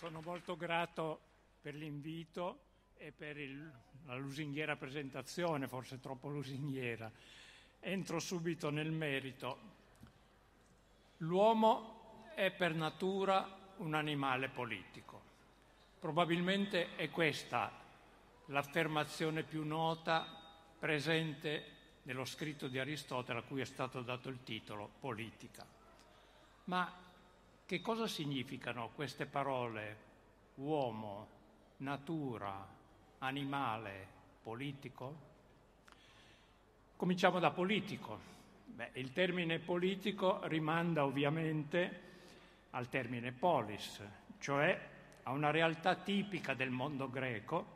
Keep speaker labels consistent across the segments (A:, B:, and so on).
A: Sono molto grato per l'invito e per la lusinghiera presentazione, forse troppo lusinghiera. Entro subito nel merito. L'uomo è per natura un animale politico. Probabilmente è questa l'affermazione più nota presente nello scritto di Aristotele, a cui è stato dato il titolo Politica. Ma che cosa significano queste parole uomo, natura, animale, politico? Cominciamo da politico. Il termine politico rimanda ovviamente al termine polis, cioè a una realtà tipica del mondo greco,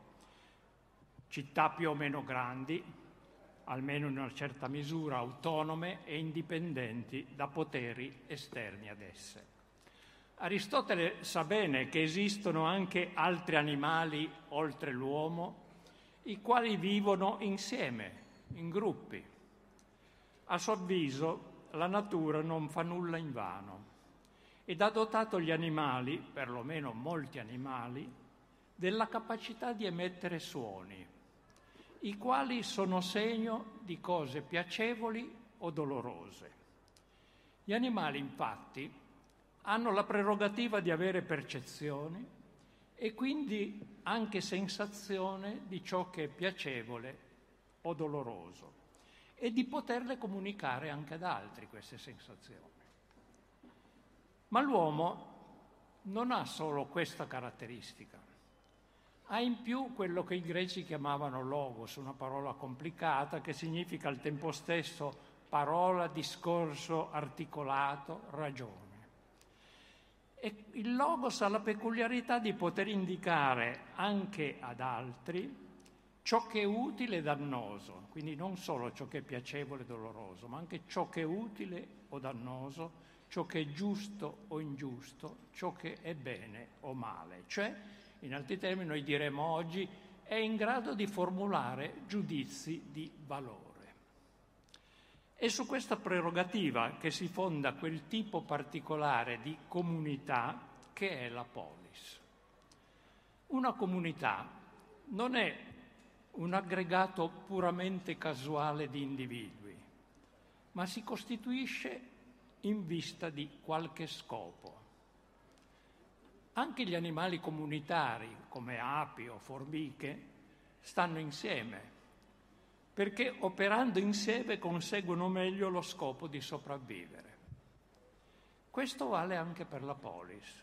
A: città più o meno grandi, almeno in una certa misura autonome e indipendenti da poteri esterni ad esse. Aristotele sa bene che esistono anche altri animali oltre l'uomo, i quali vivono insieme, in gruppi. A suo avviso, la natura non fa nulla invano ed ha dotato gli animali, perlomeno molti animali, della capacità di emettere suoni, i quali sono segno di cose piacevoli o dolorose. Gli animali, infatti, hanno la prerogativa di avere percezioni e quindi anche sensazione di ciò che è piacevole o doloroso e di poterle comunicare anche ad altri queste sensazioni. Ma l'uomo non ha solo questa caratteristica, ha in più quello che i greci chiamavano logos, una parola complicata che significa al tempo stesso parola, discorso, articolato, ragione. E il logos ha la peculiarità di poter indicare anche ad altri ciò che è utile e dannoso, quindi non solo ciò che è piacevole e doloroso, ma anche ciò che è utile o dannoso, ciò che è giusto o ingiusto, ciò che è bene o male. Cioè, in altri termini, noi diremo oggi, è in grado di formulare giudizi di valore. È su questa prerogativa che si fonda quel tipo particolare di comunità che è la polis. Una comunità non è un aggregato puramente casuale di individui, ma si costituisce in vista di qualche scopo. Anche gli animali comunitari, come api o formiche, stanno insieme, perché operando insieme conseguono meglio lo scopo di sopravvivere. Questo vale anche per la polis.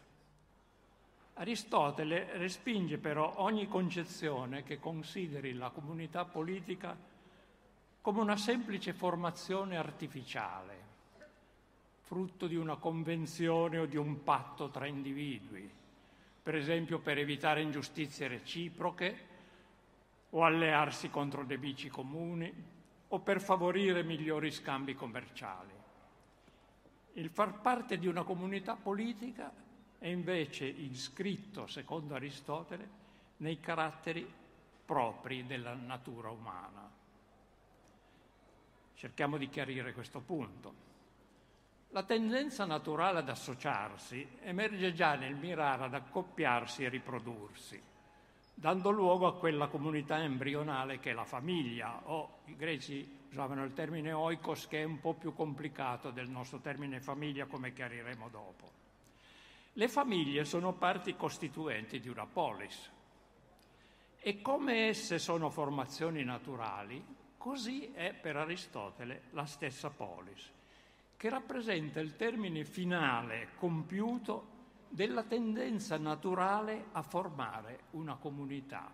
A: Aristotele respinge però ogni concezione che consideri la comunità politica come una semplice formazione artificiale, frutto di una convenzione o di un patto tra individui, per esempio per evitare ingiustizie reciproche o allearsi contro nemici comuni o per favorire migliori scambi commerciali. Il far parte di una comunità politica è invece iscritto, secondo Aristotele, nei caratteri propri della natura umana. Cerchiamo di chiarire questo punto. La tendenza naturale ad associarsi emerge già nel mirare ad accoppiarsi e riprodursi, dando luogo a quella comunità embrionale che è la famiglia, o i greci usavano il termine oikos, che è un po' più complicato del nostro termine famiglia, come chiariremo dopo. Le famiglie sono parti costituenti di una polis e come esse sono formazioni naturali, così è per Aristotele la stessa polis, che rappresenta il termine finale compiuto della tendenza naturale a formare una comunità.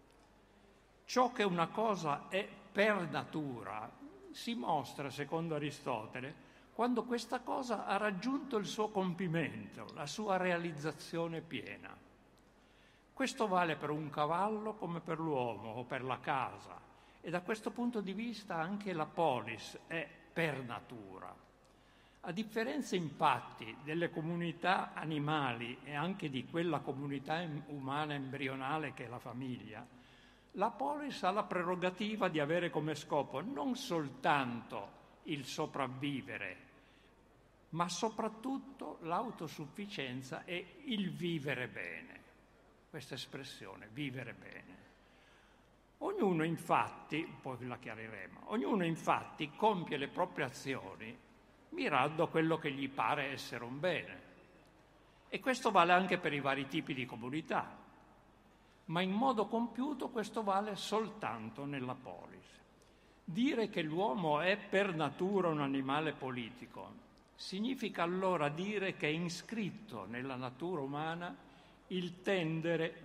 A: Ciò che una cosa è per natura si mostra, secondo Aristotele, quando questa cosa ha raggiunto il suo compimento, la sua realizzazione piena. Questo vale per un cavallo come per l'uomo o per la casa, e da questo punto di vista anche la polis è per natura. A differenza infatti delle comunità animali e anche di quella comunità umana embrionale che è la famiglia, la polis ha la prerogativa di avere come scopo non soltanto il sopravvivere, ma soprattutto l'autosufficienza e il vivere bene. Questa espressione, vivere bene. Ognuno infatti, poi la chiariremo, ognuno infatti compie le proprie azioni mirando a quello che gli pare essere un bene. E questo vale anche per i vari tipi di comunità, ma in modo compiuto questo vale soltanto nella polis. Dire che l'uomo è per natura un animale politico significa allora dire che è iscritto nella natura umana il tendere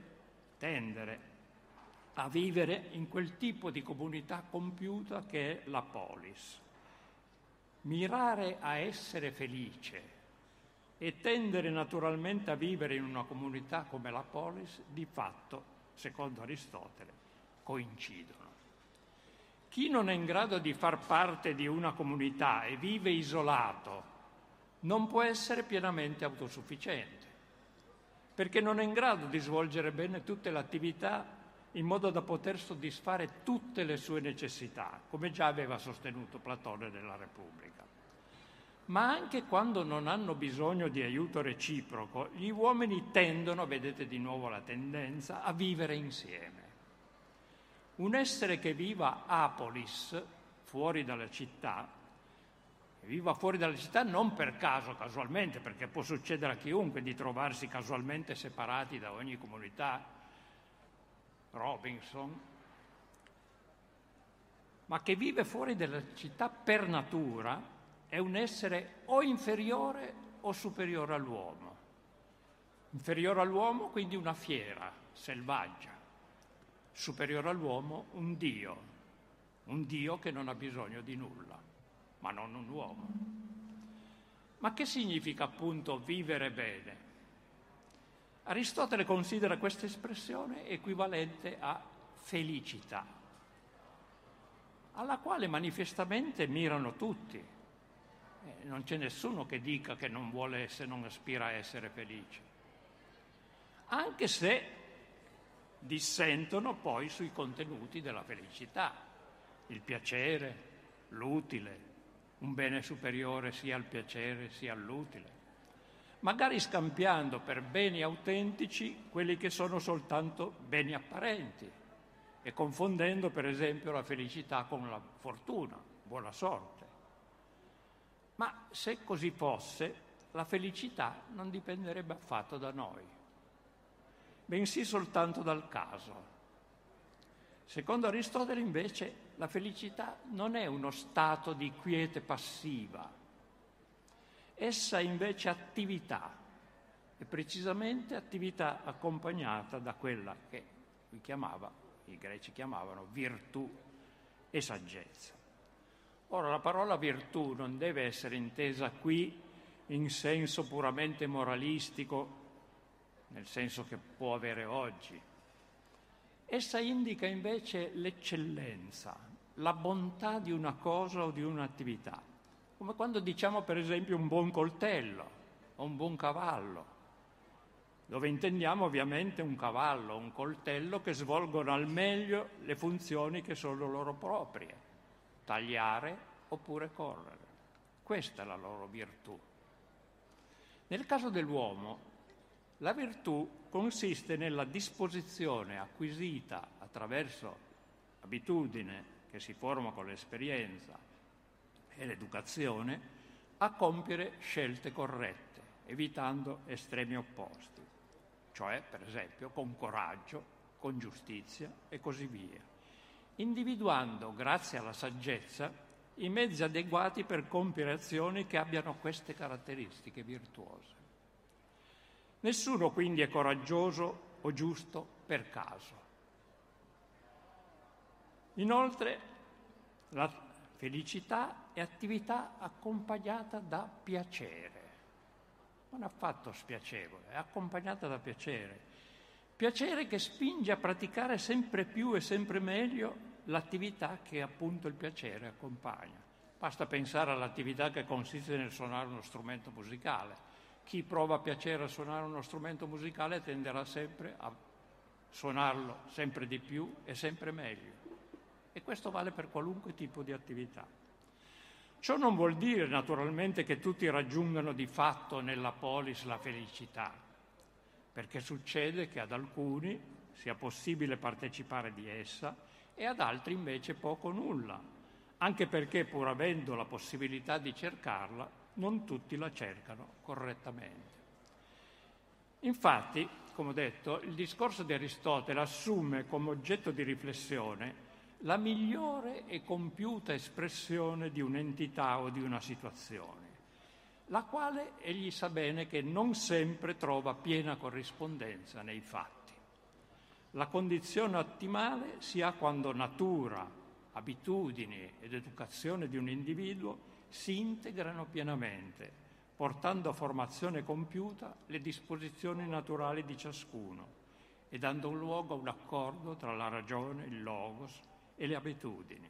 A: a vivere in quel tipo di comunità compiuta che è la polis. Mirare a essere felice e tendere naturalmente a vivere in una comunità come la polis, di fatto, secondo Aristotele, coincidono. Chi non è in grado di far parte di una comunità e vive isolato non può essere pienamente autosufficiente, perché non è in grado di svolgere bene tutte le attività in modo da poter soddisfare tutte le sue necessità, come già aveva sostenuto Platone nella Repubblica. Ma anche quando non hanno bisogno di aiuto reciproco, gli uomini tendono, vedete di nuovo la tendenza, a vivere insieme. Un essere che viva apolis, fuori dalla città, non per caso, casualmente, perché può succedere a chiunque di trovarsi casualmente separati da ogni comunità, Robinson, ma che vive fuori dalla città per natura, è un essere o inferiore o superiore all'uomo. Inferiore all'uomo, quindi una fiera selvaggia. Superiore all'uomo, un dio che non ha bisogno di nulla, ma non un uomo. Ma che significa appunto vivere bene? Aristotele considera questa espressione equivalente a felicità, alla quale manifestamente mirano tutti. Non c'è nessuno che dica che non vuole essere, non aspira a essere felice, anche se dissentono poi sui contenuti della felicità, il piacere, l'utile, un bene superiore sia al piacere sia all'utile, magari scambiando per beni autentici quelli che sono soltanto beni apparenti e confondendo per esempio la felicità con la fortuna, buona sorte. Ma se così fosse, la felicità non dipenderebbe affatto da noi, bensì soltanto dal caso. Secondo Aristotele, invece, la felicità non è uno stato di quiete passiva. Essa è invece attività, e precisamente attività accompagnata da quella che i greci chiamavano virtù e saggezza. Ora, la parola virtù non deve essere intesa qui in senso puramente moralistico, nel senso che può avere oggi. Essa indica invece l'eccellenza, la bontà di una cosa o di un'attività, come quando diciamo per esempio un buon coltello o un buon cavallo, dove intendiamo ovviamente un cavallo o un coltello che svolgono al meglio le funzioni che sono loro proprie. Tagliare oppure correre. Questa è la loro virtù. Nel caso dell'uomo, la virtù consiste nella disposizione acquisita attraverso l'abitudine che si forma con l'esperienza e l'educazione a compiere scelte corrette, evitando estremi opposti, cioè per esempio con coraggio, con giustizia e così via, individuando, grazie alla saggezza, i mezzi adeguati per compiere azioni che abbiano queste caratteristiche virtuose. Nessuno quindi è coraggioso o giusto per caso. Inoltre, la felicità è attività accompagnata da piacere. Non affatto spiacevole, è accompagnata da piacere. Piacere che spinge a praticare sempre più e sempre meglio l'attività che appunto il piacere accompagna. Basta pensare all'attività che consiste nel suonare uno strumento musicale. Chi prova piacere a suonare uno strumento musicale tenderà sempre a suonarlo sempre di più e sempre meglio. E questo vale per qualunque tipo di attività. Ciò non vuol dire naturalmente che tutti raggiungano di fatto nella polis la felicità, perché succede che ad alcuni sia possibile partecipare di essa e ad altri invece poco o nulla, anche perché pur avendo la possibilità di cercarla, non tutti la cercano correttamente. Infatti, come ho detto, il discorso di Aristotele assume come oggetto di riflessione la migliore e compiuta espressione di un'entità o di una situazione, la quale egli sa bene che non sempre trova piena corrispondenza nei fatti. La condizione ottimale si ha quando natura, abitudini ed educazione di un individuo si integrano pienamente, portando a formazione compiuta le disposizioni naturali di ciascuno e dando luogo a un accordo tra la ragione, il logos e le abitudini.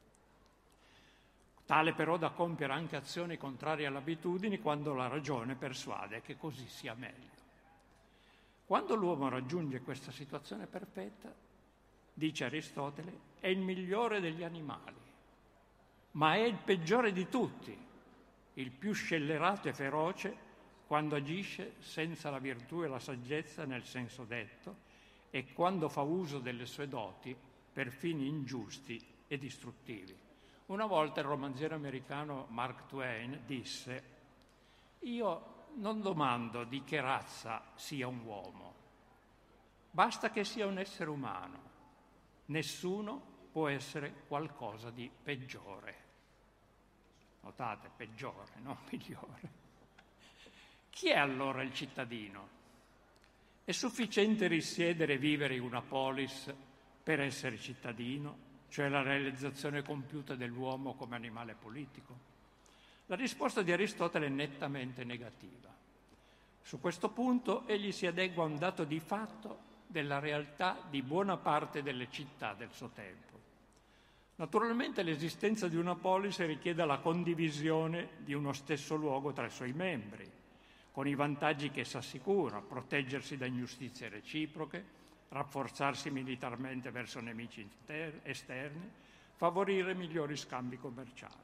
A: Tale però da compiere anche azioni contrarie alle abitudini quando la ragione persuade che così sia meglio. Quando l'uomo raggiunge questa situazione perfetta, dice Aristotele, è il migliore degli animali, ma è il peggiore di tutti, il più scellerato e feroce quando agisce senza la virtù e la saggezza nel senso detto e quando fa uso delle sue doti per fini ingiusti e distruttivi. Una volta il romanziere americano Mark Twain disse: «Io non domando di che razza sia un uomo, basta che sia un essere umano. Nessuno può essere qualcosa di peggiore». Notate, peggiore, non migliore. Chi è allora il cittadino? È sufficiente risiedere e vivere in una polis per essere cittadino, cioè la realizzazione compiuta dell'uomo come animale politico? La risposta di Aristotele è nettamente negativa. Su questo punto egli si adegua a un dato di fatto della realtà di buona parte delle città del suo tempo. Naturalmente l'esistenza di una polis richiede la condivisione di uno stesso luogo tra i suoi membri, con i vantaggi che essa assicura: proteggersi da ingiustizie reciproche, rafforzarsi militarmente verso nemici esterni, favorire migliori scambi commerciali.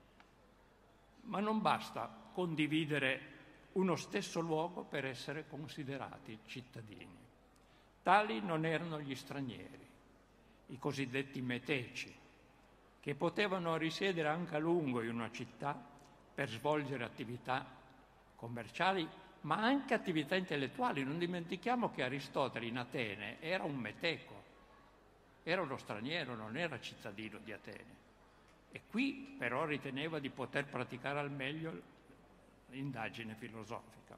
A: Ma non basta condividere uno stesso luogo per essere considerati cittadini. Tali non erano gli stranieri, i cosiddetti meteci, che potevano risiedere anche a lungo in una città per svolgere attività commerciali, ma anche attività intellettuali. Non dimentichiamo che Aristotele in Atene era un meteco, era uno straniero, non era cittadino di Atene. E qui però riteneva di poter praticare al meglio l'indagine filosofica.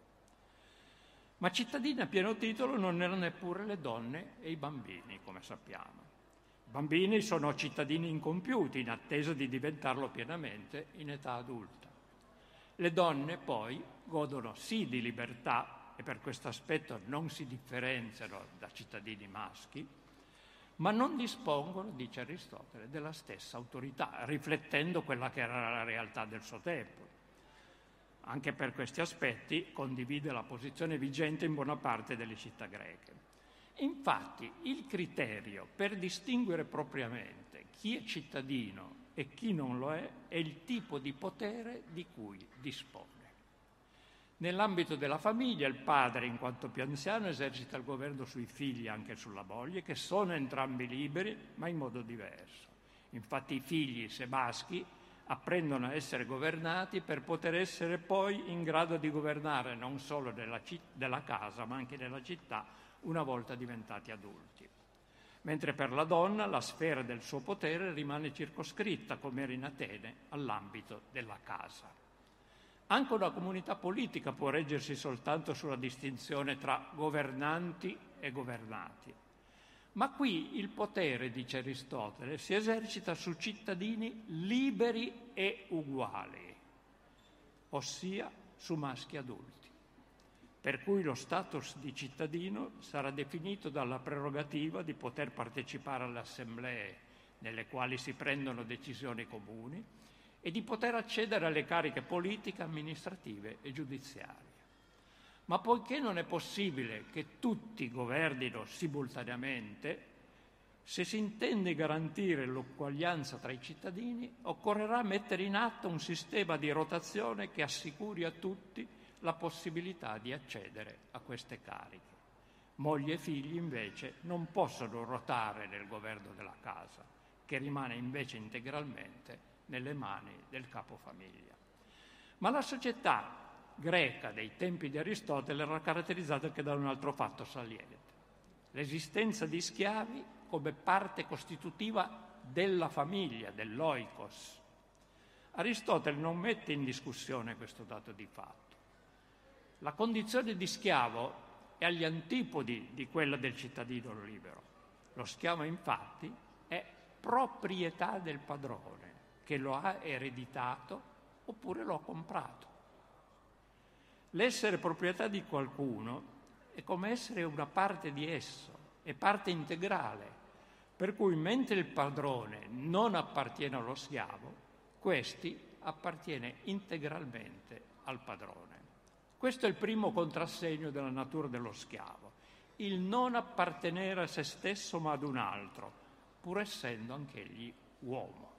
A: Ma cittadini a pieno titolo non erano neppure le donne e i bambini, come sappiamo. I bambini sono cittadini incompiuti, in attesa di diventarlo pienamente in età adulta. Le donne poi godono sì di libertà e per questo aspetto non si differenziano da cittadini maschi, ma non dispongono, dice Aristotele, della stessa autorità, riflettendo quella che era la realtà del suo tempo. Anche per questi aspetti condivide la posizione vigente in buona parte delle città greche. Infatti, il criterio per distinguere propriamente chi è cittadino e chi non lo è il tipo di potere di cui dispone. Nell'ambito della famiglia, il padre, in quanto più anziano, esercita il governo sui figli e anche sulla moglie, che sono entrambi liberi, ma in modo diverso. Infatti i figli, se maschi, apprendono a essere governati per poter essere poi in grado di governare non solo della casa, ma anche della città, una volta diventati adulti. Mentre per la donna la sfera del suo potere rimane circoscritta, come era in Atene, all'ambito della casa. Anche una comunità politica può reggersi soltanto sulla distinzione tra governanti e governati. Ma qui il potere, dice Aristotele, si esercita su cittadini liberi e uguali, ossia su maschi adulti. Per cui lo status di cittadino sarà definito dalla prerogativa di poter partecipare alle assemblee nelle quali si prendono decisioni comuni e di poter accedere alle cariche politiche, amministrative e giudiziarie. Ma poiché non è possibile che tutti governino simultaneamente, Se si intende garantire l'uguaglianza tra i cittadini, occorrerà mettere in atto un sistema di rotazione che assicuri a tutti la possibilità di accedere a queste cariche. Mogli e figli, invece, non possono ruotare nel governo della casa, che rimane invece integralmente nelle mani del capofamiglia. Ma la società greca dei tempi di Aristotele era caratterizzata anche da un altro fatto saliente: l'esistenza di schiavi come parte costitutiva della famiglia, dell'oikos. Aristotele non mette in discussione questo dato di fatto. La condizione di schiavo è agli antipodi di quella del cittadino libero. Lo schiavo, infatti, è proprietà del padrone, che lo ha ereditato oppure lo ha comprato. L'essere proprietà di qualcuno è come essere una parte di esso, è parte integrale, per cui mentre il padrone non appartiene allo schiavo, questi appartiene integralmente al padrone. Questo è il primo contrassegno della natura dello schiavo, il non appartenere a se stesso ma ad un altro, pur essendo anch'egli uomo.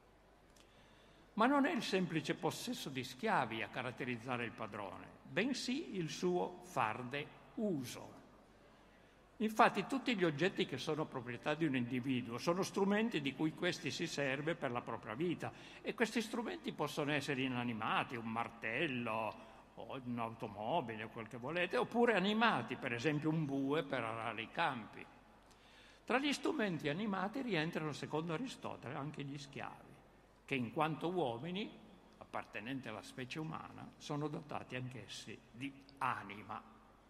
A: Ma non è il semplice possesso di schiavi a caratterizzare il padrone, bensì il suo farde uso. Infatti tutti gli oggetti che sono proprietà di un individuo sono strumenti di cui questi si serve per la propria vita, e questi strumenti possono essere inanimati, un martello o un'automobile, quel che volete, oppure animati, per esempio un bue per arare i campi. Tra gli strumenti animati rientrano, secondo Aristotele, anche gli schiavi, che in quanto uomini, appartenenti alla specie umana, sono dotati anch'essi di anima.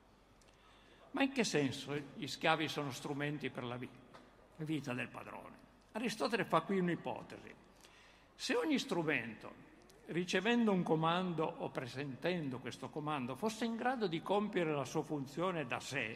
A: Ma in che senso gli schiavi sono strumenti per la vita del padrone? Aristotele fa qui un'ipotesi. Se ogni strumento, ricevendo un comando o presentendo questo comando, fosse in grado di compiere la sua funzione da sé,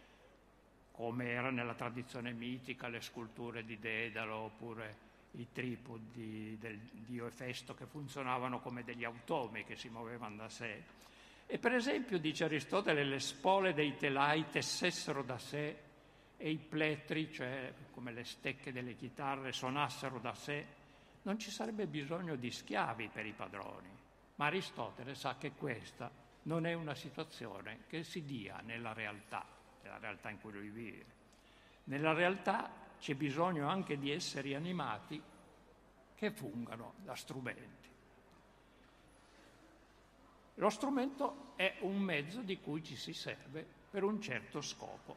A: come era nella tradizione mitica le sculture di Dedalo oppure i tripodi del dio Efesto, che funzionavano come degli automi che si muovevano da sé, e per esempio, dice Aristotele, le spole dei telai tessessero da sé e i plettri, cioè come le stecche delle chitarre, suonassero da sé, non ci sarebbe bisogno di schiavi per i padroni. Ma Aristotele sa che questa non è una situazione che si dia nella realtà in cui lui vive. Nella realtà c'è bisogno anche di esseri animati che fungano da strumenti. Lo strumento è un mezzo di cui ci si serve per un certo scopo.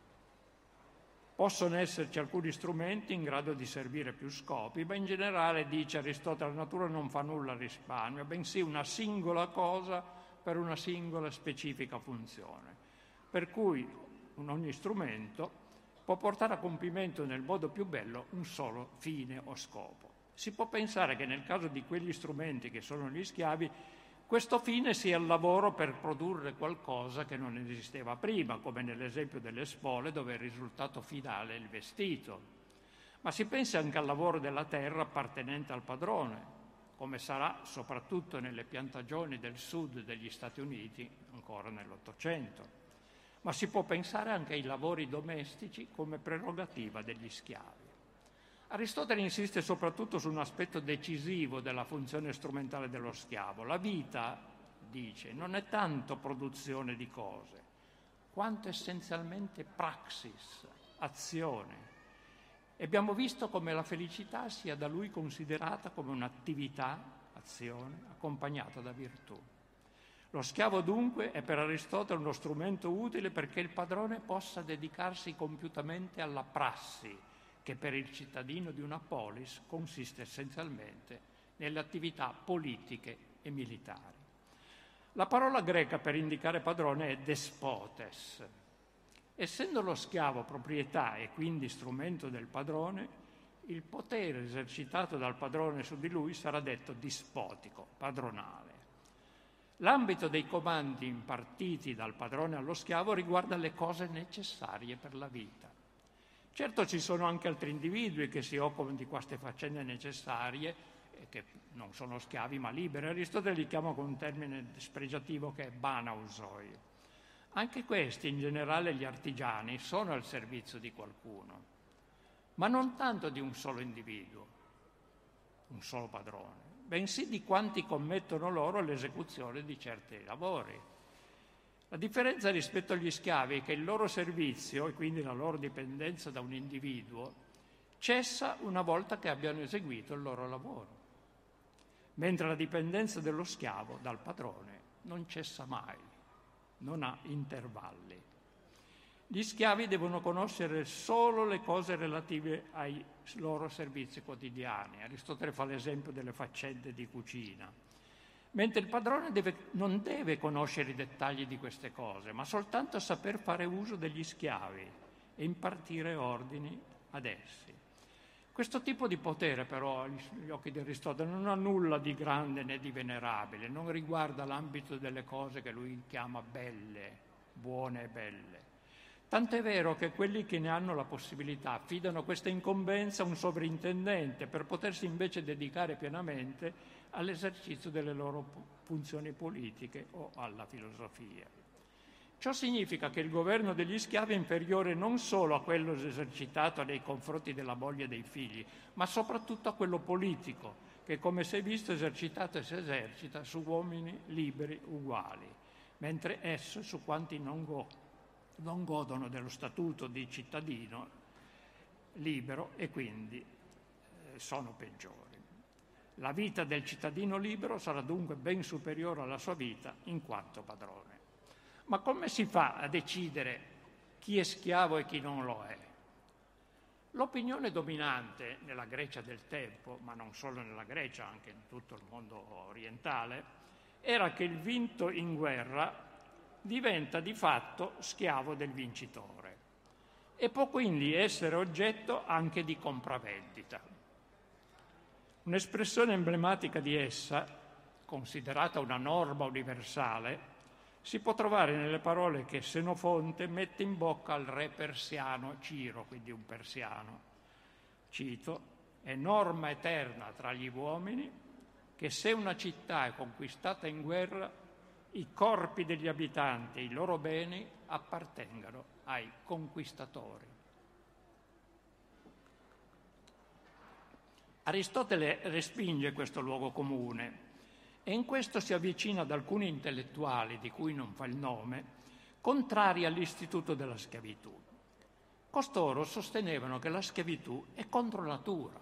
A: Possono esserci alcuni strumenti in grado di servire più scopi, ma in generale, dice Aristotele, la natura non fa nulla a risparmio, bensì una singola cosa per una singola specifica funzione. Per cui ogni strumento può portare a compimento nel modo più bello un solo fine o scopo. Si può pensare che nel caso di quegli strumenti che sono gli schiavi, questo fine sia il lavoro per produrre qualcosa che non esisteva prima, come nell'esempio delle spole, dove il risultato finale è il vestito. Ma si pensa anche al lavoro della terra appartenente al padrone, come sarà soprattutto nelle piantagioni del sud degli Stati Uniti, ancora nell'Ottocento. Ma si può pensare anche ai lavori domestici come prerogativa degli schiavi. Aristotele insiste soprattutto su un aspetto decisivo della funzione strumentale dello schiavo. La vita, dice, non è tanto produzione di cose, quanto essenzialmente praxis, azione. E abbiamo visto come la felicità sia da lui considerata come un'attività, azione, accompagnata da virtù. Lo schiavo dunque è per Aristotele uno strumento utile perché il padrone possa dedicarsi compiutamente alla prassi, che per il cittadino di una polis consiste essenzialmente nelle attività politiche e militari. La parola greca per indicare padrone è despotes. Essendo lo schiavo proprietà e quindi strumento del padrone, il potere esercitato dal padrone su di lui sarà detto dispotico, padronale. L'ambito dei comandi impartiti dal padrone allo schiavo riguarda le cose necessarie per la vita. Certo ci sono anche altri individui che si occupano di queste faccende necessarie e che non sono schiavi ma liberi. Aristotele li chiama con un termine spregiativo che è banausoi. Anche questi, in generale gli artigiani, sono al servizio di qualcuno. ma non tanto di un solo individuo, un solo padrone, bensì di quanti commettono loro l'esecuzione di certi lavori. La differenza rispetto agli schiavi è che il loro servizio, e quindi la loro dipendenza da un individuo, cessa una volta che abbiano eseguito il loro lavoro, mentre la dipendenza dello schiavo dal padrone non cessa mai, non ha intervalli. Gli schiavi devono conoscere solo le cose relative ai loro servizi quotidiani. Aristotele fa l'esempio delle faccende di cucina. Mentre il padrone non deve conoscere i dettagli di queste cose, ma soltanto saper fare uso degli schiavi e impartire ordini ad essi. Questo tipo di potere, però, agli occhi di Aristotele, non ha nulla di grande né di venerabile, non riguarda l'ambito delle cose che lui chiama belle, buone e belle. Tant'è vero che quelli che ne hanno la possibilità affidano questa incombenza a un sovrintendente per potersi invece dedicare pienamente all'esercizio delle loro funzioni politiche o alla filosofia. Ciò significa che il governo degli schiavi è inferiore non solo a quello esercitato nei confronti della moglie e dei figli, ma soprattutto a quello politico, che come si è visto esercitato e si esercita su uomini liberi uguali, mentre esso su quanti non godono dello statuto di cittadino libero e quindi sono peggiori. La vita del cittadino libero sarà dunque ben superiore alla sua vita in quanto padrone. Ma come si fa a decidere chi è schiavo e chi non lo è? L'opinione dominante nella Grecia del tempo, ma non solo nella Grecia, anche in tutto il mondo orientale, era che il vinto in guerra diventa di fatto schiavo del vincitore e può quindi essere oggetto anche di compravendita. Un'espressione emblematica di essa, considerata una norma universale, si può trovare nelle parole che Senofonte mette in bocca al re persiano Ciro, quindi un persiano. Cito: «È norma eterna tra gli uomini che se una città è conquistata in guerra, i corpi degli abitanti e i loro beni appartengano ai conquistatori». Aristotele respinge questo luogo comune e in questo si avvicina ad alcuni intellettuali, di cui non fa il nome, contrari all'istituto della schiavitù. Costoro sostenevano che la schiavitù è contro natura,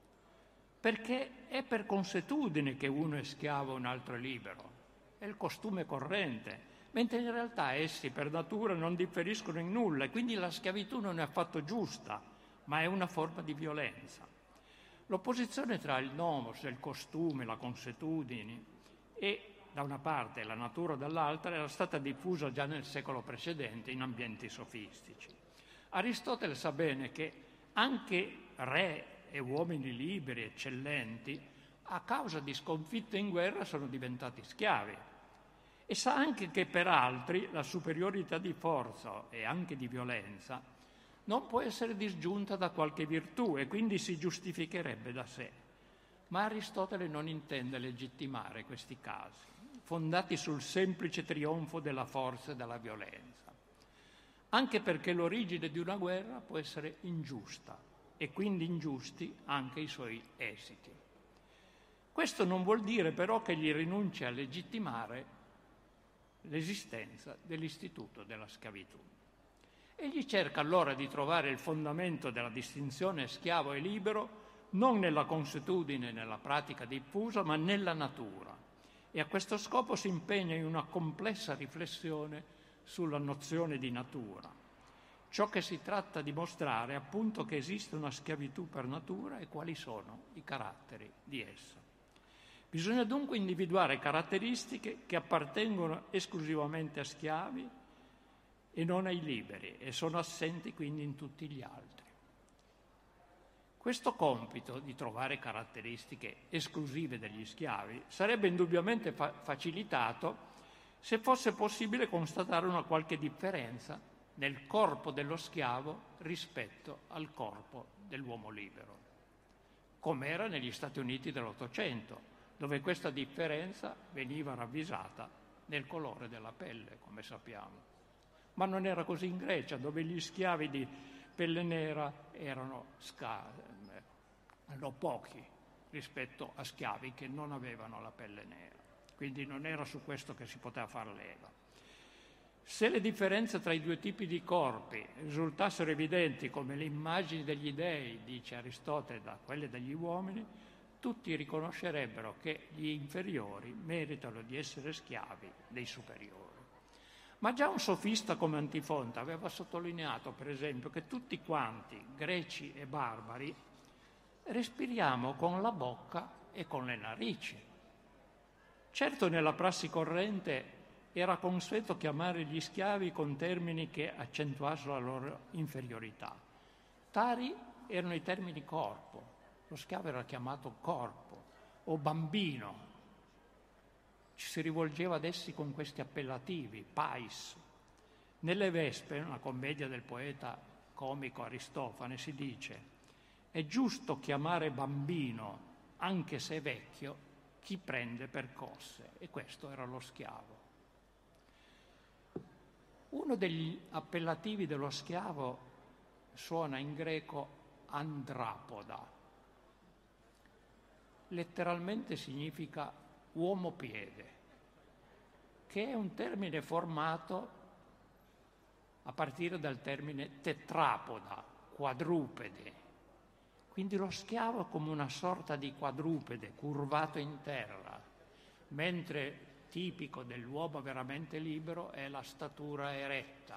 A: perché è per consuetudine che uno è schiavo e un altro è libero, è il costume corrente, mentre in realtà essi per natura non differiscono in nulla e quindi la schiavitù non è affatto giusta, ma è una forma di violenza. L'opposizione tra il nomos, il costume, la consuetudine e da una parte la natura dall'altra era stata diffusa già nel secolo precedente in ambienti sofistici. Aristotele sa bene che anche re e uomini liberi, eccellenti, a causa di sconfitte in guerra sono diventati schiavi. E sa anche che per altri la superiorità di forza e anche di violenza non può essere disgiunta da qualche virtù e quindi si giustificherebbe da sé. Ma Aristotele non intende legittimare questi casi, fondati sul semplice trionfo della forza e della violenza, anche perché l'origine di una guerra può essere ingiusta e quindi ingiusti anche i suoi esiti. Questo non vuol dire però che gli rinunci a legittimare l'esistenza dell'istituto della schiavitù. Egli cerca allora di trovare il fondamento della distinzione schiavo e libero non nella consuetudine e nella pratica diffusa, ma nella natura. E a questo scopo si impegna in una complessa riflessione sulla nozione di natura. Ciò che si tratta di mostrare è appunto che esiste una schiavitù per natura e quali sono i caratteri di essa. Bisogna dunque individuare caratteristiche che appartengono esclusivamente a schiavi e non ai liberi e sono assenti quindi in tutti gli altri. Questo compito di trovare caratteristiche esclusive degli schiavi sarebbe indubbiamente facilitato se fosse possibile constatare una qualche differenza nel corpo dello schiavo rispetto al corpo dell'uomo libero, come era negli Stati Uniti dell'Ottocento, dove questa differenza veniva ravvisata nel colore della pelle, come sappiamo. Ma non era così in Grecia, dove gli schiavi di pelle nera erano pochi rispetto a schiavi che non avevano la pelle nera. Quindi non era su questo che si poteva far leva. Se le differenze tra i due tipi di corpi risultassero evidenti come le immagini degli dei, dice Aristotele, da quelle degli uomini, tutti riconoscerebbero che gli inferiori meritano di essere schiavi dei superiori. Ma già un sofista come Antifonte aveva sottolineato, per esempio, che tutti quanti, greci e barbari, respiriamo con la bocca e con le narici. Certo, nella prassi corrente era consueto chiamare gli schiavi con termini che accentuassero la loro inferiorità. Tali erano i termini corpo. Lo schiavo era chiamato corpo o bambino. Ci si rivolgeva ad essi con questi appellativi, pais. Nelle Vespe, una commedia del poeta comico Aristofane, si dice: è giusto chiamare bambino, anche se vecchio, chi prende percosse. E questo era lo schiavo. Uno degli appellativi dello schiavo suona in greco andrapoda. Letteralmente significa uomo piede, che è un termine formato a partire dal termine tetrapoda, quadrupede. Quindi lo schiavo è come una sorta di quadrupede curvato in terra, mentre tipico dell'uomo veramente libero è la statura eretta.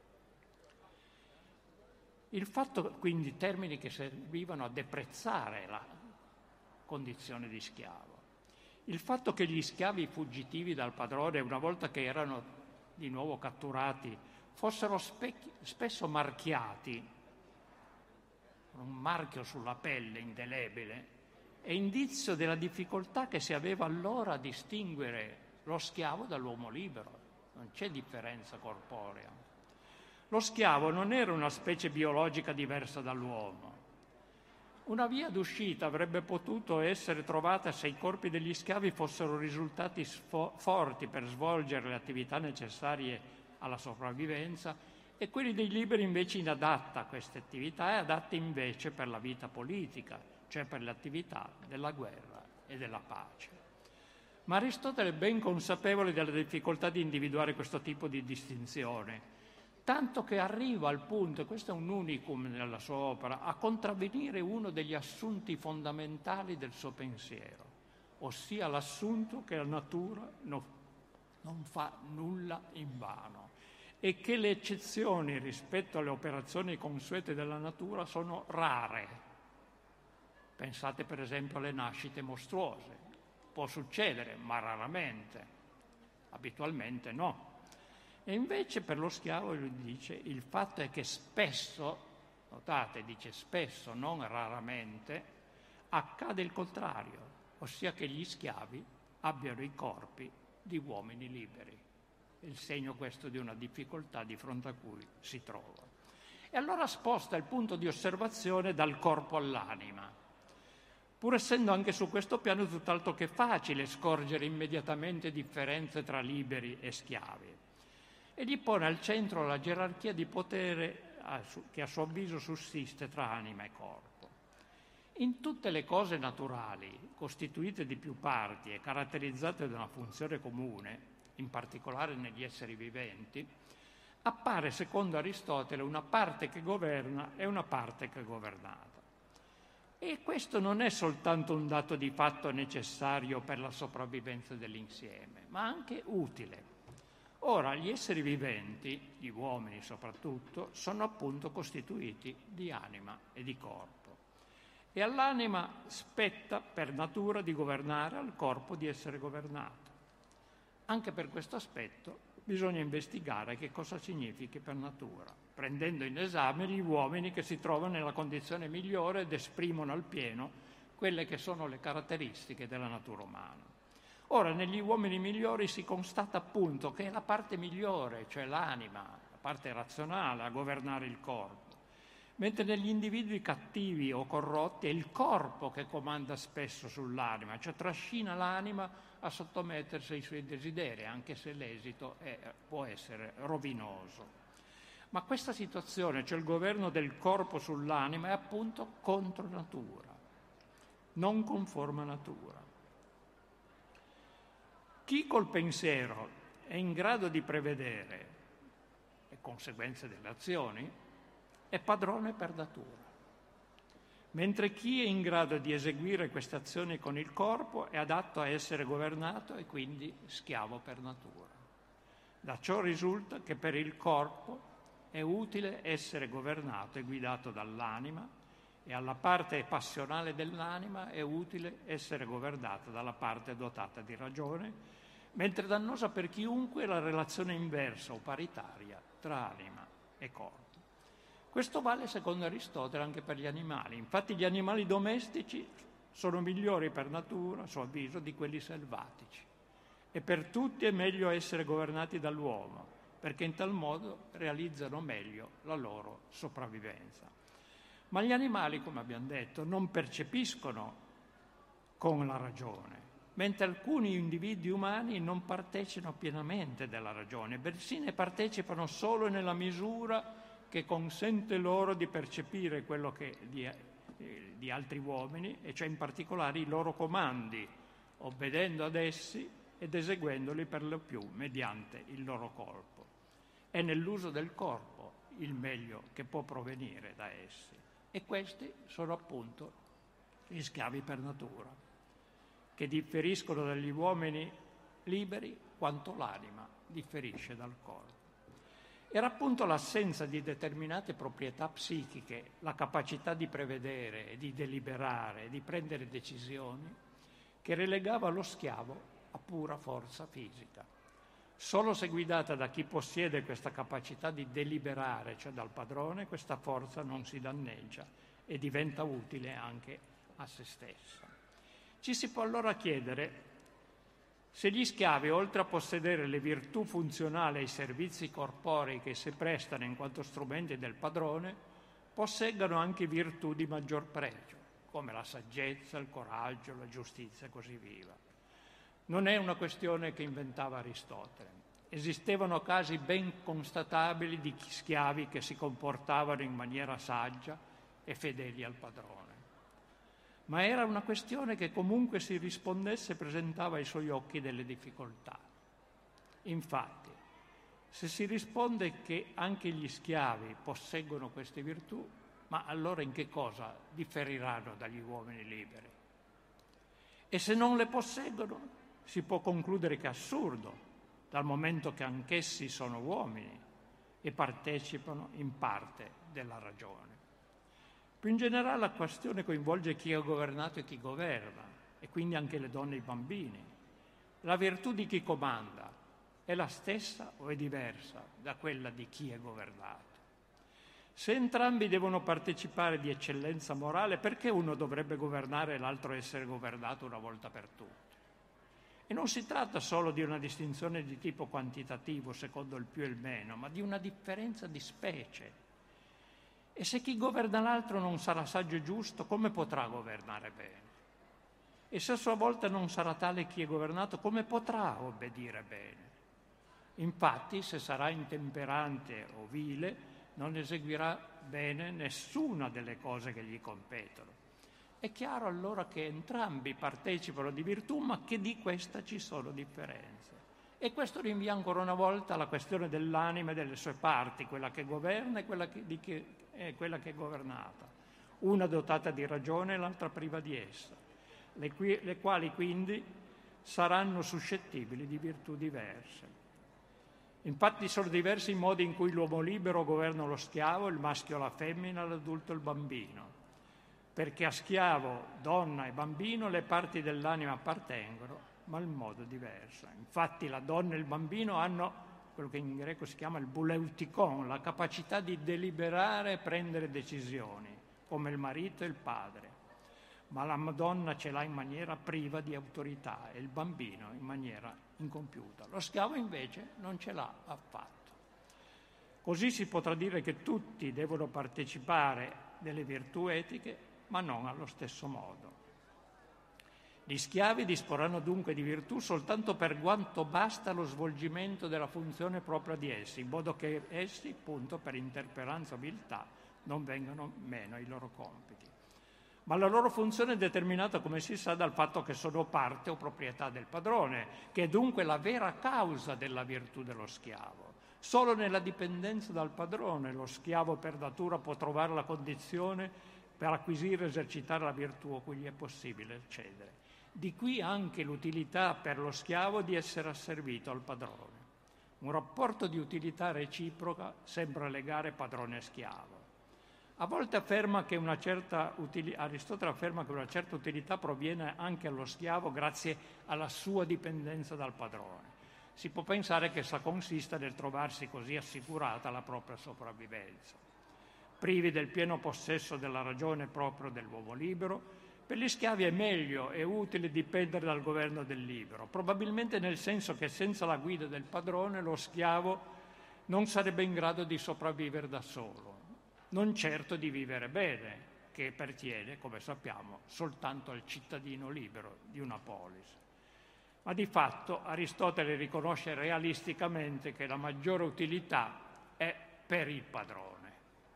A: Il fatto, quindi, termini che servivano a deprezzare la condizione di schiavo. Il fatto che gli schiavi fuggitivi dal padrone, una volta che erano di nuovo catturati, fossero spesso marchiati, un marchio sulla pelle indelebile, è indizio della difficoltà che si aveva allora a distinguere lo schiavo dall'uomo libero. Non c'è differenza corporea. Lo schiavo non era una specie biologica diversa dall'uomo. Una via d'uscita avrebbe potuto essere trovata se i corpi degli schiavi fossero risultati forti per svolgere le attività necessarie alla sopravvivenza e quelli dei liberi invece inadatta a queste attività e adatti invece per la vita politica, cioè per le attività della guerra e della pace. Ma Aristotele è ben consapevole della difficoltà di individuare questo tipo di distinzione, tanto che arriva al punto, e questo è un unicum nella sua opera, a contravvenire uno degli assunti fondamentali del suo pensiero, ossia l'assunto che la natura non fa nulla invano e che le eccezioni rispetto alle operazioni consuete della natura sono rare. Pensate per esempio alle nascite mostruose. Può succedere, ma raramente, abitualmente no. E invece per lo schiavo, lui dice, il fatto è che spesso, notate, dice spesso, non raramente, accade il contrario, ossia che gli schiavi abbiano i corpi di uomini liberi. È il segno questo di una difficoltà di fronte a cui si trova. E allora sposta il punto di osservazione dal corpo all'anima. Pur essendo anche su questo piano tutt'altro che facile scorgere immediatamente differenze tra liberi e schiavi. E gli pone al centro la gerarchia di potere che a suo avviso sussiste tra anima e corpo. In tutte le cose naturali, costituite di più parti e caratterizzate da una funzione comune, in particolare negli esseri viventi, appare secondo Aristotele una parte che governa e una parte che è governata. E questo non è soltanto un dato di fatto necessario per la sopravvivenza dell'insieme, ma anche utile. Ora, gli esseri viventi, gli uomini soprattutto, sono appunto costituiti di anima e di corpo. E all'anima spetta per natura di governare, al corpo di essere governato. Anche per questo aspetto bisogna investigare che cosa significhi per natura, prendendo in esame gli uomini che si trovano nella condizione migliore ed esprimono al pieno quelle che sono le caratteristiche della natura umana. Ora, negli uomini migliori si constata appunto che è la parte migliore, cioè l'anima, la parte razionale, a governare il corpo, mentre negli individui cattivi o corrotti è il corpo che comanda spesso sull'anima, cioè trascina l'anima a sottomettersi ai suoi desideri, anche se l'esito può essere rovinoso. Ma questa situazione, cioè il governo del corpo sull'anima, è appunto contro natura, non conforme a natura. Chi col pensiero è in grado di prevedere le conseguenze delle azioni è padrone per natura, mentre chi è in grado di eseguire queste azioni con il corpo è adatto a essere governato e quindi schiavo per natura. Da ciò risulta che per il corpo è utile essere governato e guidato dall'anima e alla parte passionale dell'anima è utile essere governata dalla parte dotata di ragione, mentre dannosa per chiunque è la relazione inversa o paritaria tra anima e corpo. Questo vale secondo Aristotele anche per gli animali. Infatti gli animali domestici sono migliori per natura, a suo avviso, di quelli selvatici. E per tutti è meglio essere governati dall'uomo, perché in tal modo realizzano meglio la loro sopravvivenza. Ma gli animali, come abbiamo detto, non percepiscono con la ragione, mentre alcuni individui umani non partecipano pienamente della ragione, bensì ne partecipano solo nella misura che consente loro di percepire quello che di altri uomini, e cioè in particolare i loro comandi, obbedendo ad essi ed eseguendoli per lo più mediante il loro corpo. È nell'uso del corpo il meglio che può provenire da essi. E questi sono appunto gli schiavi per natura, che differiscono dagli uomini liberi quanto l'anima differisce dal corpo. Era appunto l'assenza di determinate proprietà psichiche, la capacità di prevedere, di deliberare, di prendere decisioni, che relegava lo schiavo a pura forza fisica. Solo se guidata da chi possiede questa capacità di deliberare, cioè dal padrone, questa forza non si danneggia e diventa utile anche a se stessa. Ci si può allora chiedere se gli schiavi, oltre a possedere le virtù funzionali ai servizi corporei che si prestano in quanto strumenti del padrone, posseggano anche virtù di maggior pregio, come la saggezza, il coraggio, la giustizia e così via. Non è una questione che inventava Aristotele. Esistevano casi ben constatabili di schiavi che si comportavano in maniera saggia e fedeli al padrone. Ma era una questione che comunque si rispondesse presentava ai suoi occhi delle difficoltà. Infatti, se si risponde che anche gli schiavi posseggono queste virtù, ma allora in che cosa differiranno dagli uomini liberi? E se non le posseggono, si può concludere che è assurdo, dal momento che anch'essi sono uomini e partecipano in parte della ragione. Più in generale la questione coinvolge chi è governato e chi governa, e quindi anche le donne e i bambini. La virtù di chi comanda è la stessa o è diversa da quella di chi è governato? Se entrambi devono partecipare di eccellenza morale, perché uno dovrebbe governare e l'altro essere governato una volta per tutte? E non si tratta solo di una distinzione di tipo quantitativo, secondo il più e il meno, ma di una differenza di specie. E se chi governa l'altro non sarà saggio e giusto, come potrà governare bene? E se a sua volta non sarà tale chi è governato, come potrà obbedire bene? Infatti, se sarà intemperante o vile, non eseguirà bene nessuna delle cose che gli competono. È chiaro allora che entrambi partecipano di virtù, ma che di questa ci sono differenze. E questo rinvia ancora una volta alla questione dell'anima e delle sue parti, quella che governa e quella che è governata, una dotata di ragione e l'altra priva di essa, le quali quindi saranno suscettibili di virtù diverse. Infatti sono diversi i modi in cui l'uomo libero governa lo schiavo, il maschio la femmina, l'adulto il bambino, perché a schiavo, donna e bambino le parti dell'anima appartengono, ma il modo è diverso. Infatti la donna e il bambino hanno quello che in greco si chiama il bouleutikon, la capacità di deliberare e prendere decisioni, come il marito e il padre. Ma la donna ce l'ha in maniera priva di autorità e il bambino in maniera incompiuta. Lo schiavo invece non ce l'ha affatto. Così si potrà dire che tutti devono partecipare delle virtù etiche, ma non allo stesso modo. Gli schiavi disporranno dunque di virtù soltanto per quanto basta allo svolgimento della funzione propria di essi, in modo che essi, appunto, per interperanza o viltà, non vengano meno ai loro compiti. Ma la loro funzione è determinata, come si sa, dal fatto che sono parte o proprietà del padrone, che è dunque la vera causa della virtù dello schiavo. Solo nella dipendenza dal padrone lo schiavo per natura può trovare la condizione per acquisire e esercitare la virtù a cui gli è possibile accedere. Di qui anche l'utilità per lo schiavo di essere asservito al padrone. Un rapporto di utilità reciproca sembra legare padrone e schiavo. A volte Aristotele afferma che una certa utilità proviene anche allo schiavo grazie alla sua dipendenza dal padrone. Si può pensare che essa consista nel trovarsi così assicurata la propria sopravvivenza. Privi del pieno possesso della ragione proprio dell'uomo libero, per gli schiavi è meglio e utile dipendere dal governo del libero, probabilmente nel senso che senza la guida del padrone lo schiavo non sarebbe in grado di sopravvivere da solo, non certo di vivere bene, che pertiene, come sappiamo, soltanto al cittadino libero di una polis. Ma di fatto Aristotele riconosce realisticamente che la maggiore utilità è per il padrone,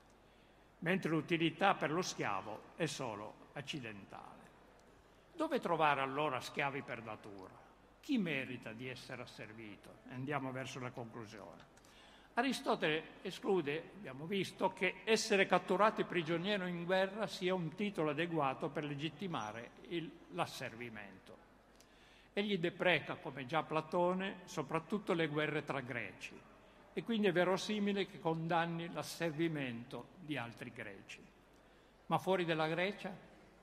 A: mentre l'utilità per lo schiavo è solo accidentale. Dove trovare allora schiavi per natura? Chi merita di essere asservito? Andiamo verso la conclusione. Aristotele esclude, abbiamo visto, che essere catturati prigioniero in guerra sia un titolo adeguato per legittimare l'asservimento. Egli depreca, come già Platone, soprattutto le guerre tra greci, e quindi è verosimile che condanni l'asservimento di altri greci. Ma fuori della Grecia?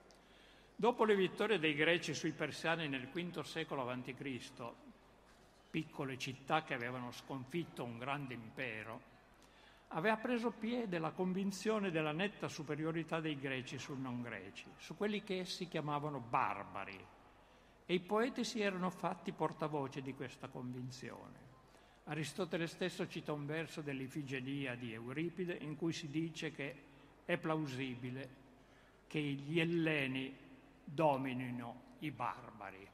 A: Dopo le vittorie dei greci sui persiani nel V secolo a.C., piccole città che avevano sconfitto un grande impero, aveva preso piede la convinzione della netta superiorità dei greci sui non greci, su quelli che essi chiamavano barbari, e i poeti si erano fatti portavoce di questa convinzione. Aristotele stesso cita un verso dell'Ifigenia di Euripide in cui si dice che è plausibile che gli elleni dominino i barbari.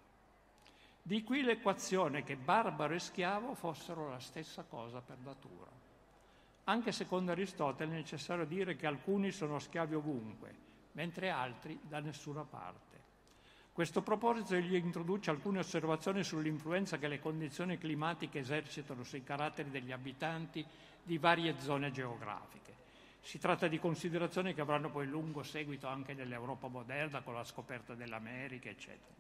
A: Di qui l'equazione che barbaro e schiavo fossero la stessa cosa per natura. Anche secondo Aristotele è necessario dire che alcuni sono schiavi ovunque, mentre altri da nessuna parte. Questo proposito egli introduce alcune osservazioni sull'influenza che le condizioni climatiche esercitano sui caratteri degli abitanti di varie zone geografiche. Si tratta di considerazioni che avranno poi lungo seguito anche nell'Europa moderna con la scoperta dell'America, eccetera.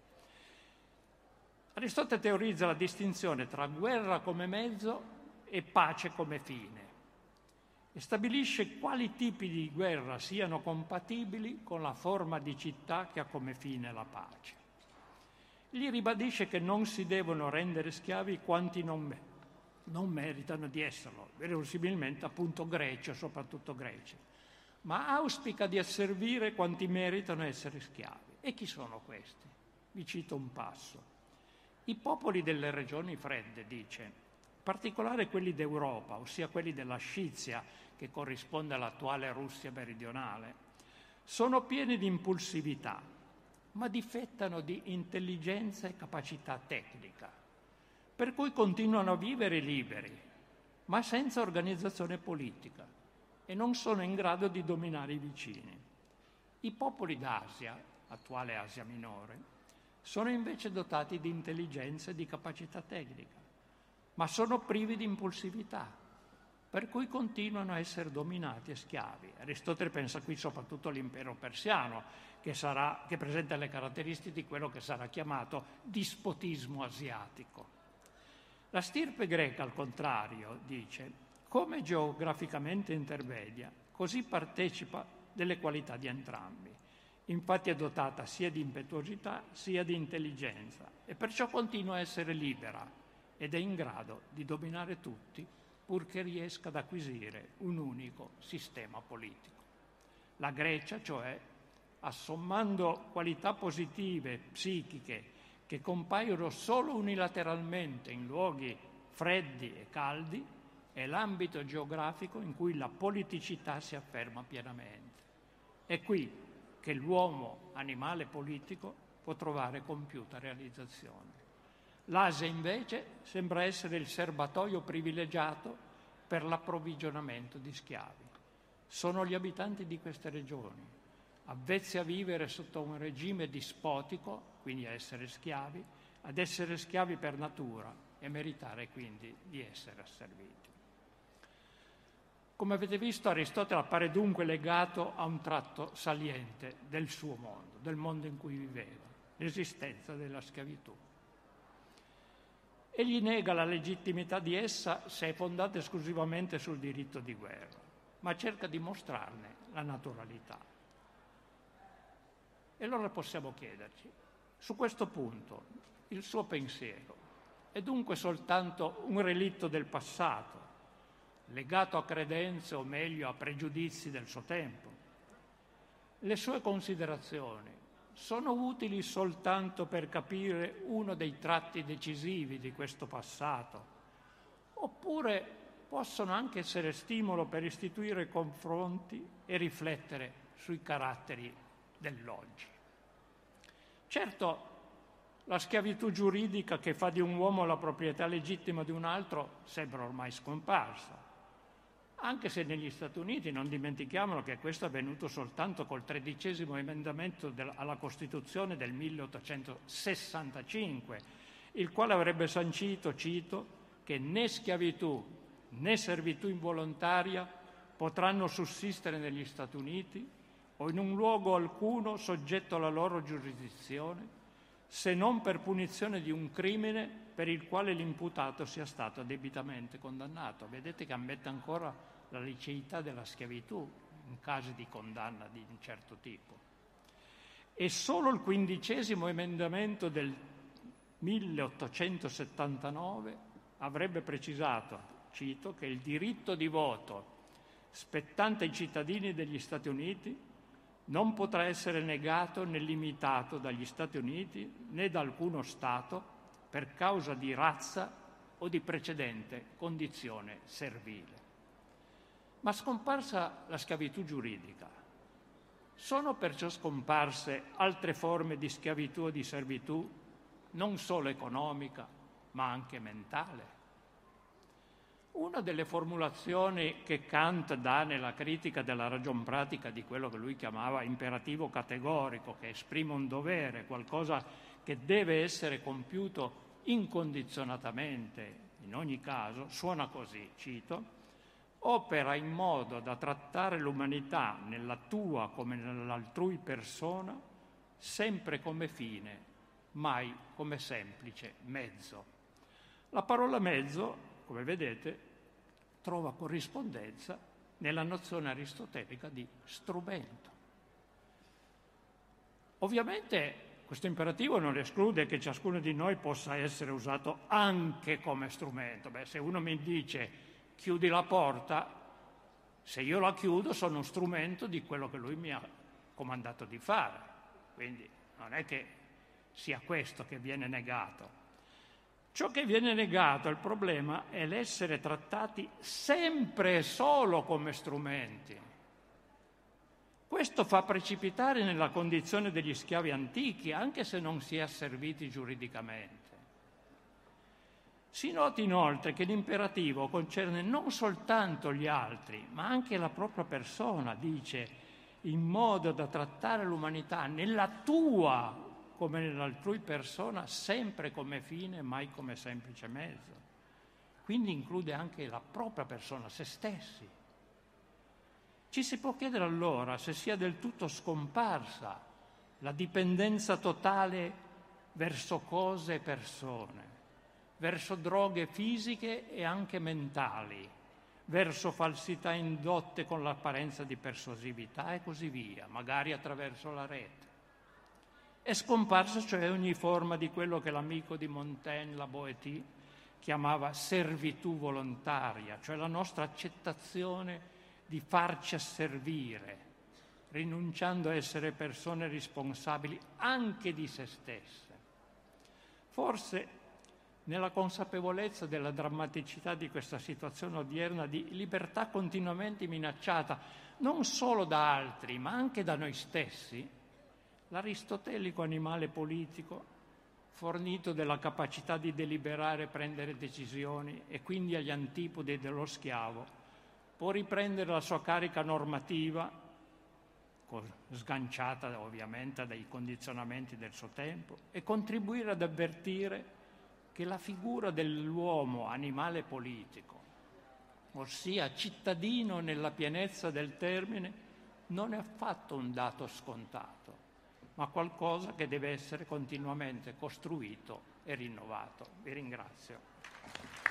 A: Aristotele teorizza la distinzione tra guerra come mezzo e pace come fine e stabilisce quali tipi di guerra siano compatibili con la forma di città che ha come fine la pace. Gli ribadisce che non si devono rendere schiavi quanti non meritano di esserlo, verosimilmente appunto greci o soprattutto greci, ma auspica di asservire quanti meritano essere schiavi. E chi sono questi? Vi cito un passo. I popoli delle regioni fredde, dice, in particolare quelli d'Europa, ossia quelli della Scizia, che corrisponde all'attuale Russia meridionale, sono pieni di impulsività, ma difettano di intelligenza e capacità tecnica, per cui continuano a vivere liberi, ma senza organizzazione politica, e non sono in grado di dominare i vicini. I popoli d'Asia, attuale Asia Minore, sono invece dotati di intelligenza e di capacità tecnica, ma sono privi di impulsività, per cui continuano a essere dominati e schiavi. Aristotele pensa qui soprattutto all'impero persiano, che presenta le caratteristiche di quello che sarà chiamato dispotismo asiatico. La stirpe greca, al contrario, dice, come geograficamente intermedia, così partecipa delle qualità di entrambi. Infatti è dotata sia di impetuosità sia di intelligenza e perciò continua a essere libera ed è in grado di dominare tutti purché riesca ad acquisire un unico sistema politico. La Grecia, cioè, assommando qualità positive, psichiche, che compaiono solo unilateralmente in luoghi freddi e caldi, è l'ambito geografico in cui la politicità si afferma pienamente. È qui che l'uomo, animale politico, può trovare compiuta realizzazione. L'Asia invece sembra essere il serbatoio privilegiato per l'approvvigionamento di schiavi. Sono gli abitanti di queste regioni, avvezzi a vivere sotto un regime dispotico, quindi a essere schiavi, ad essere schiavi per natura e meritare quindi di essere asserviti. Come avete visto, Aristotele appare dunque legato a un tratto saliente del suo mondo, del mondo in cui viveva, l'esistenza della schiavitù. Egli nega la legittimità di essa se è fondata esclusivamente sul diritto di guerra, ma cerca di mostrarne la naturalità. E allora possiamo chiederci, su questo punto, il suo pensiero è dunque soltanto un relitto del passato, legato a credenze o meglio a pregiudizi del suo tempo? Le sue considerazioni sono utili soltanto per capire uno dei tratti decisivi di questo passato, oppure possono anche essere stimolo per istituire confronti e riflettere sui caratteri dell'oggi. Certo, la schiavitù giuridica che fa di un uomo la proprietà legittima di un altro sembra ormai scomparsa, anche se negli Stati Uniti non dimentichiamolo che questo è avvenuto soltanto col 13° emendamento alla Costituzione del 1865, il quale avrebbe sancito, cito, che né schiavitù né servitù involontaria potranno sussistere negli Stati Uniti o in un luogo alcuno soggetto alla loro giurisdizione, se non per punizione di un crimine per il quale l'imputato sia stato debitamente condannato. Vedete che ammette ancora la liceità della schiavitù in casi di condanna di un certo tipo. E solo il 15° emendamento del 1879 avrebbe precisato, cito, che il diritto di voto spettante ai cittadini degli Stati Uniti non potrà essere negato né limitato dagli Stati Uniti né da alcuno Stato per causa di razza o di precedente condizione servile. Ma scomparsa la schiavitù giuridica, sono perciò scomparse altre forme di schiavitù o di servitù, non solo economica, ma anche mentale? Una delle formulazioni che Kant dà nella critica della ragion pratica di quello che lui chiamava imperativo categorico, che esprime un dovere, qualcosa che deve essere compiuto incondizionatamente, in ogni caso, suona così, cito: opera in modo da trattare l'umanità nella tua come nell'altrui persona, sempre come fine, mai come semplice mezzo. La parola mezzo, come vedete, trova corrispondenza nella nozione aristotelica di strumento. Ovviamente questo imperativo non esclude che ciascuno di noi possa essere usato anche come strumento. Se uno mi dice chiudi la porta, se io la chiudo sono uno strumento di quello che lui mi ha comandato di fare. Quindi non è che sia questo che viene negato. Ciò che viene negato, il problema, è l'essere trattati sempre e solo come strumenti. Questo fa precipitare nella condizione degli schiavi antichi, anche se non si è asserviti giuridicamente. Si noti inoltre che l'imperativo concerne non soltanto gli altri, ma anche la propria persona, dice, in modo da trattare l'umanità nella tua come nell'altrui persona, sempre come fine, mai come semplice mezzo. Quindi include anche la propria persona, se stessi. Ci si può chiedere allora se sia del tutto scomparsa la dipendenza totale verso cose e persone, verso droghe fisiche e anche mentali, verso falsità indotte con l'apparenza di persuasività e così via, magari attraverso la rete. È scomparsa cioè ogni forma di quello che l'amico di Montaigne, la Boétie, chiamava servitù volontaria, cioè la nostra accettazione di farci asservire, rinunciando a essere persone responsabili anche di se stesse. Forse nella consapevolezza della drammaticità di questa situazione odierna di libertà continuamente minacciata, non solo da altri, ma anche da noi stessi, L'aristotelico animale politico, fornito della capacità di deliberare e prendere decisioni e quindi agli antipodi dello schiavo, può riprendere la sua carica normativa, sganciata ovviamente dai condizionamenti del suo tempo, e contribuire ad avvertire che la figura dell'uomo animale politico, ossia cittadino nella pienezza del termine, non è affatto un dato scontato, ma qualcosa che deve essere continuamente costruito e rinnovato. Vi ringrazio.